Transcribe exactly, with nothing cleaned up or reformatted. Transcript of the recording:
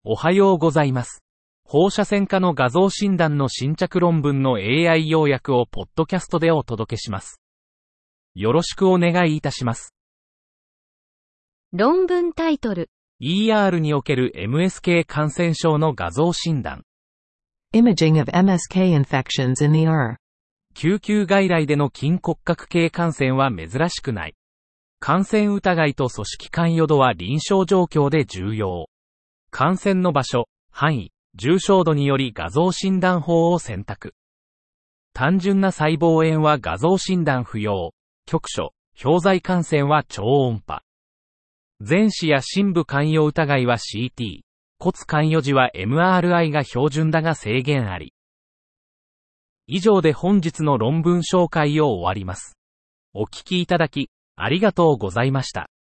おはようございます。放射線科の画像診断の新着論文の エーアイ 要約をポッドキャストでお届けします。よろしくお願いいたします。 論文タイトル。 イーアール における エムエスケー 感染症の画像診断。 Imaging of エムエスケー infections in theイーアール。 救急外来での筋骨格系感染は珍しくない。感染疑いと組織関与度は臨床状況で重要。感染の場所、範囲、重症度により画像診断法を選択。単純な細胞炎は画像診断不要。局所、表剤感染は超音波。前視や深部関与疑いは シーティー。骨関与時は エムアールアイ が標準だが制限あり。以上で本日の論文紹介を終わります。お聞きいただき、ありがとうございました。